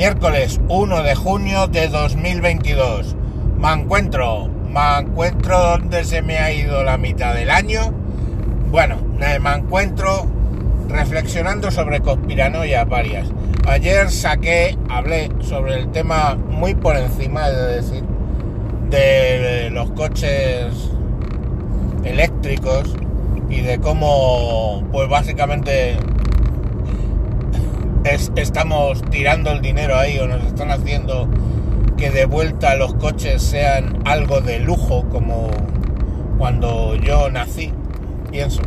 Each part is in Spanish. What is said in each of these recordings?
Miércoles 1 de junio de 2022. Me encuentro donde se me ha ido la mitad del año. Bueno, me encuentro reflexionando sobre conspiranoias varias. Ayer hablé sobre el tema muy por encima, de los coches eléctricos y de cómo, pues básicamente estamos tirando el dinero ahí, o nos están haciendo que de vuelta los coches sean algo de lujo, como cuando yo nací, pienso.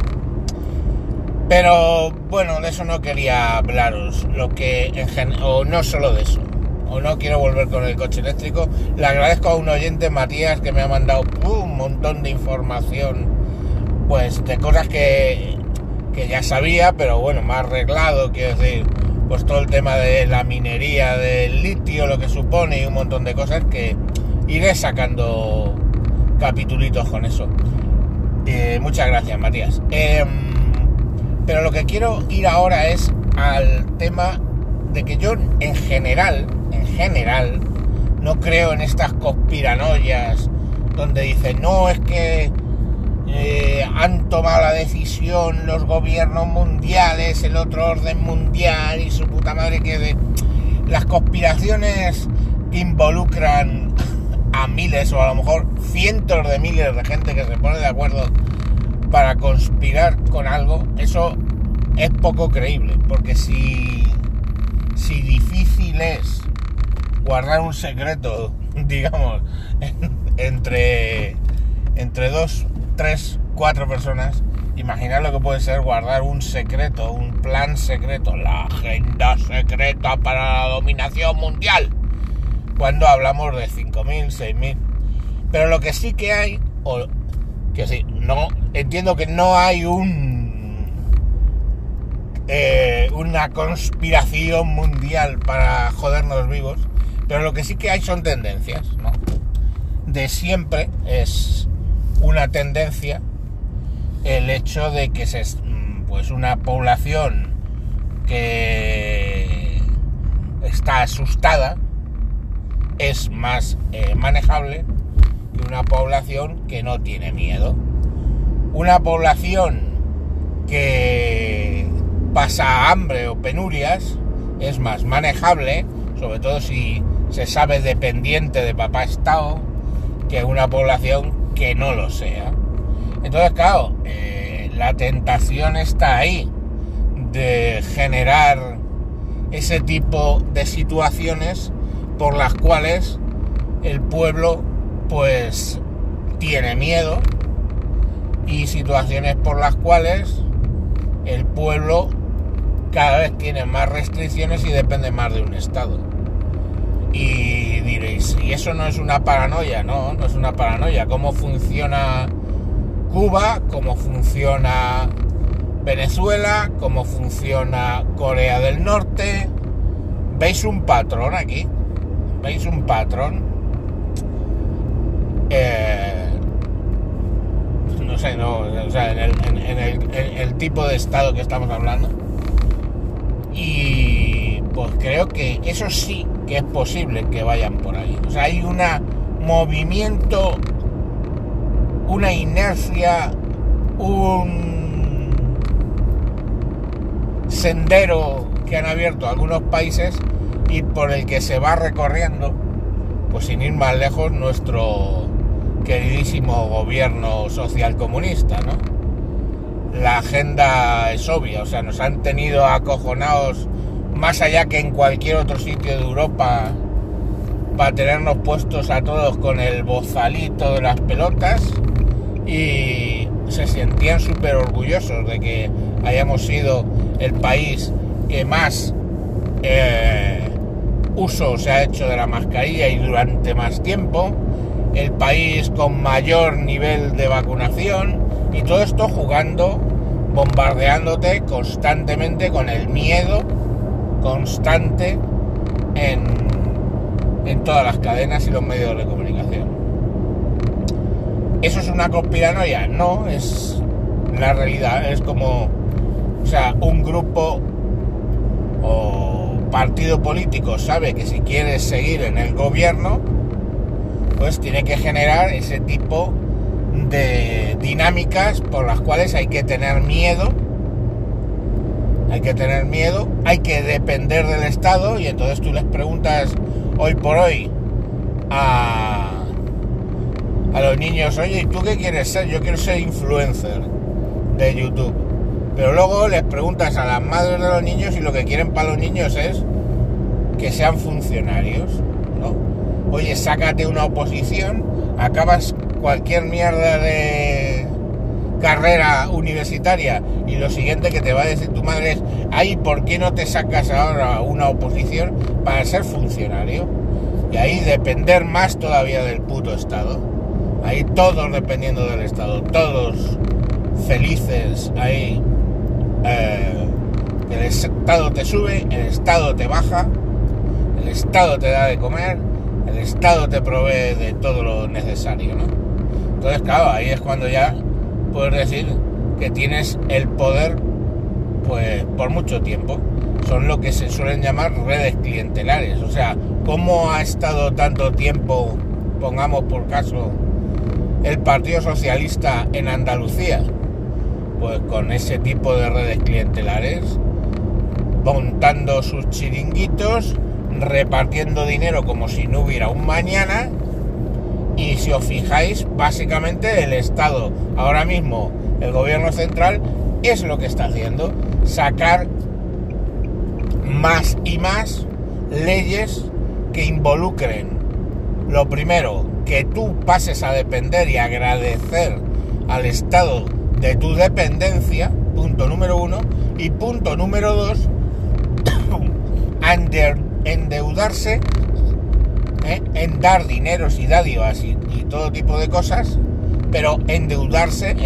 Pero bueno, de eso no quería hablaros, o no solo de eso, o no quiero volver con el coche eléctrico. Le agradezco a un oyente, Matías, que me ha mandado un montón de información, pues de cosas que ya sabía, pero bueno, me ha arreglado, quiero decir, pues todo el tema de la minería del litio, lo que supone, y un montón de cosas que iré sacando capitulitos con eso. Muchas gracias, Matías. Pero lo que quiero ir ahora es al tema de que yo en general, no creo en estas conspiranoias donde dicen, no, es que han tomado la decisión los gobiernos mundiales, el otro orden mundial y su puta madre, que de las conspiraciones que involucran a miles o a lo mejor cientos de miles de gente que se pone de acuerdo para conspirar con algo, eso es poco creíble, porque si difícil es guardar un secreto, digamos, entre 2, 3, 4 personas, imaginad lo que puede ser guardar un secreto, un plan secreto, la agenda secreta para la dominación mundial, cuando hablamos de 5.000, 6.000. Pero lo que sí que hay, no entiendo que no hay una conspiración mundial para jodernos vivos, pero lo que sí que hay son tendencias, ¿no? De siempre es una tendencia el hecho de que pues una población que está asustada es más manejable que una población que no tiene miedo. Una población que pasa hambre o penurias es más manejable, sobre todo si se sabe dependiente de papá Estado, que una población que no lo sea. Entonces, claro, la tentación está ahí de generar ese tipo de situaciones por las cuales el pueblo pues tiene miedo, y situaciones por las cuales el pueblo cada vez tiene más restricciones y depende más de un Estado. Y diréis, ¿y eso no es una paranoia? No, no es una paranoia. ¿Cómo funciona Cuba? ¿Cómo funciona Venezuela? ¿Cómo funciona Corea del Norte? ¿Veis un patrón aquí? ¿Veis un patrón? No sé, o sea, en el tipo de Estado que estamos hablando. Y pues creo que eso sí que es posible que vayan por ahí. O sea, hay un movimiento, una inercia, un sendero que han abierto algunos países y por el que se va recorriendo, pues sin ir más lejos, nuestro queridísimo gobierno socialcomunista, ¿no? La agenda es obvia, o sea, nos han tenido acojonados más allá que en cualquier otro sitio de Europa, para tenernos puestos a todos con el bozalito de las pelotas, y se sentían súper orgullosos de que hayamos sido el país que más uso se ha hecho de la mascarilla y durante más tiempo, el país con mayor nivel de vacunación, y todo esto jugando, bombardeándote constantemente con el miedo constante en todas las cadenas y los medios de comunicación. ¿Eso es una conspiranoia? No, es la realidad. Es como, o sea, un grupo o partido político sabe que si quiere seguir en el gobierno, pues tiene que generar ese tipo de dinámicas por las cuales hay que tener miedo, hay que depender del Estado. Y entonces tú les preguntas hoy por hoy a los niños, oye, ¿y tú qué quieres ser? Yo quiero ser influencer de YouTube. Pero luego les preguntas a las madres de los niños y lo que quieren para los niños es que sean funcionarios, ¿no? Oye, sácate una oposición, acabas cualquier mierda de carrera universitaria y lo siguiente que te va a decir tu madre es, ay, ¿por qué no te sacas ahora una oposición para ser funcionario? Y ahí depender más todavía del puto Estado. Ahí todos dependiendo del Estado, todos felices ahí. El Estado te sube, el Estado te baja, el Estado te da de comer, el Estado te provee de todo lo necesario, ¿no? Entonces, claro, ahí es cuando ya puedes decir que tienes el poder, pues, por mucho tiempo. Son lo que se suelen llamar redes clientelares. O sea, ¿cómo ha estado tanto tiempo, pongamos por caso, el Partido Socialista en Andalucía? Pues con ese tipo de redes clientelares, montando sus chiringuitos, repartiendo dinero como si no hubiera un mañana. Y si os fijáis, básicamente el Estado, ahora mismo el gobierno central, es lo que está haciendo, sacar más y más leyes que involucren, lo primero, que tú pases a depender y agradecer al Estado de tu dependencia, punto número 1, y punto número 2, endeudarse, en dar dineros y dádivas y todo tipo de cosas, pero endeudarse.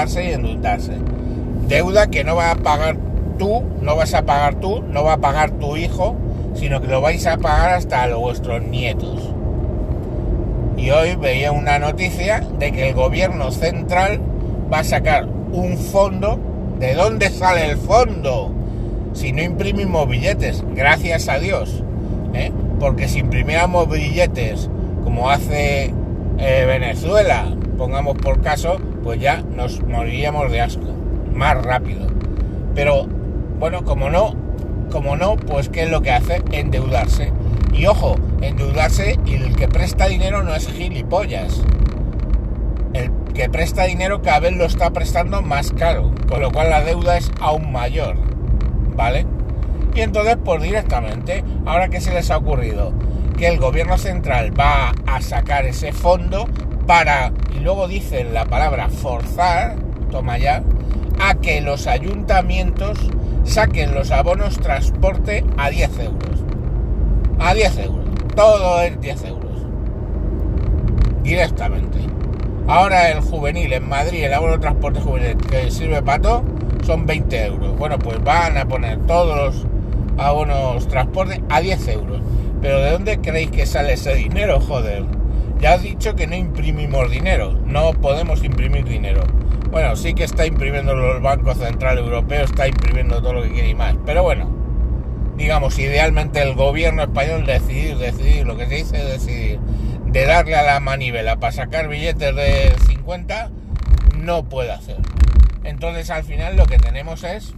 Deuda que no va a pagar tú, no vas a pagar tú, no va a pagar tu hijo, sino que lo vais a pagar hasta vuestros nietos. Y hoy veía una noticia de que el gobierno central va a sacar un fondo. ¿De dónde sale el fondo? Si no imprimimos billetes, gracias a Dios, porque si imprimiéramos billetes como hace Venezuela, pongamos por caso, pues ya nos moriríamos de asco, más rápido. Pero bueno, como no, pues ¿qué es lo que hace? Endeudarse. Y ojo, endeudarse, y el que presta dinero no es gilipollas. El que presta dinero cada vez lo está prestando más caro, con lo cual la deuda es aún mayor, ¿vale? Y entonces, pues directamente, ahora que se les ha ocurrido que el gobierno central va a sacar ese fondo para, y luego dicen la palabra forzar, toma ya, a que los ayuntamientos saquen los abonos transporte a 10 euros. A 10 euros. Todo es 10 euros. Directamente. Ahora el juvenil en Madrid, el abono transporte juvenil que sirve para todo, son 20 euros. Bueno, pues van a poner todos los abonos transporte a 10 euros. Pero ¿de dónde creéis que sale ese dinero, joder? Ya he dicho que no imprimimos dinero. No podemos imprimir dinero. Bueno, sí que está imprimiendo el Banco Central Europeo, está imprimiendo todo lo que quiere y más. Pero bueno, digamos, idealmente el gobierno español decidir, lo que se dice decidir, de darle a la manivela para sacar billetes de 50, no puede hacer. Entonces al final lo que tenemos es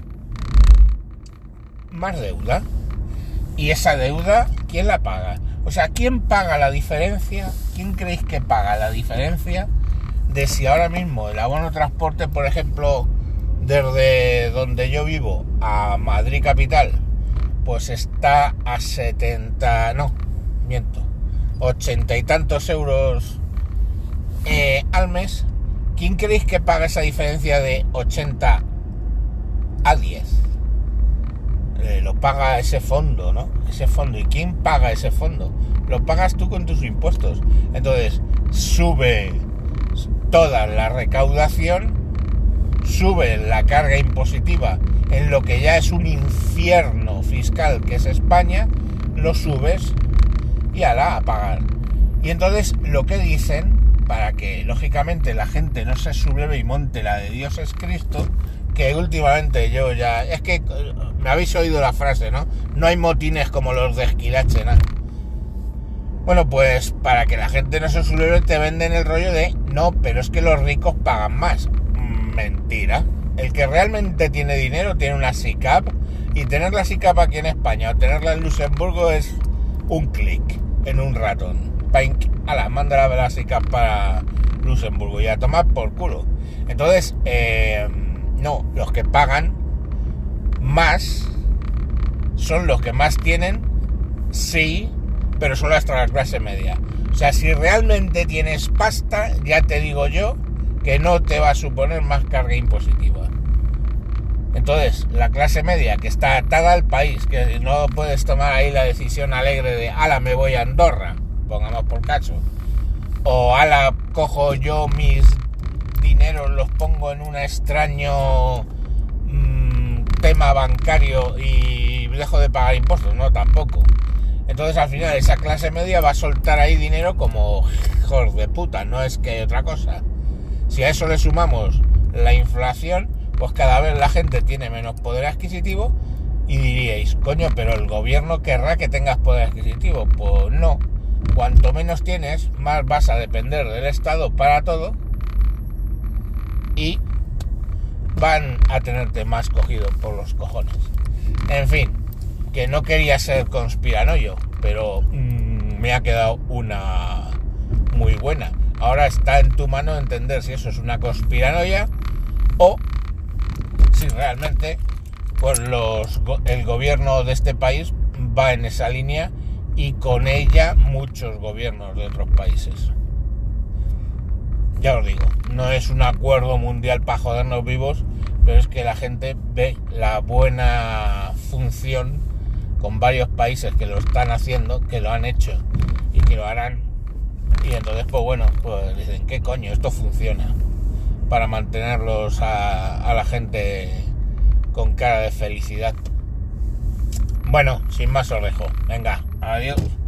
más deuda. Y esa deuda, ¿quién la paga? O sea, ¿quién paga la diferencia? ¿Quién creéis que paga la diferencia de si ahora mismo el abono transporte, por ejemplo, desde donde yo vivo a Madrid capital, pues está a 80 y tantos euros al mes? ¿Quién creéis que paga esa diferencia de 80 a 10? Lo paga ese fondo, ¿no? Ese fondo. ¿Y quién paga ese fondo? Lo pagas tú con tus impuestos. Entonces, sube toda la recaudación, sube la carga impositiva en lo que ya es un infierno fiscal que es España, lo subes y ala, a pagar. Y entonces lo que dicen, para que lógicamente la gente no se subleve y monte la de Dios es Cristo, que últimamente yo ya... Es que me habéis oído la frase, ¿no? No hay motines como los de Esquilache, ¿no? Bueno, pues para que la gente no se subleve te venden el rollo de no, pero es que los ricos pagan más. Mentira. El que realmente tiene dinero tiene una SICAP, y tener la SICAP aquí en España o tenerla en Luxemburgo es un clic en un ratón. Pink, ala, manda la SICAP para Luxemburgo y a tomar por culo. Entonces, no, los que pagan más son los que más tienen, sí, pero solo hasta la clase media. O sea, si realmente tienes pasta, ya te digo yo que no te va a suponer más carga impositiva. Entonces, la clase media que está atada al país, que no puedes tomar ahí la decisión alegre de ala, me voy a Andorra, pongamos por caso, o ala, cojo yo mis dineros, los pongo en un extraño tema bancario y dejo de pagar impuestos. No, tampoco. Entonces al final esa clase media va a soltar ahí dinero como hijos de puta, no es que otra cosa. Si a eso le sumamos la inflación, pues cada vez la gente tiene menos poder adquisitivo, y diríais, coño, pero el gobierno querrá que tengas poder adquisitivo. Pues no, cuanto menos tienes, más vas a depender del Estado para todo, y van a tenerte más cogido por los cojones. En fin, que no quería ser conspiranoio, pero me ha quedado una muy buena. Ahora está en tu mano entender si eso es una conspiranoia o si realmente pues el gobierno de este país va en esa línea, y con ella muchos gobiernos de otros países. Ya os digo, no es un acuerdo mundial para jodernos vivos, pero es que la gente ve la buena función con varios países que lo están haciendo, que lo han hecho y que lo harán, y entonces pues bueno, pues dicen, ¿qué coño? Esto funciona para mantenerlos a la gente con cara de felicidad. Bueno, sin más os dejo. Venga, adiós.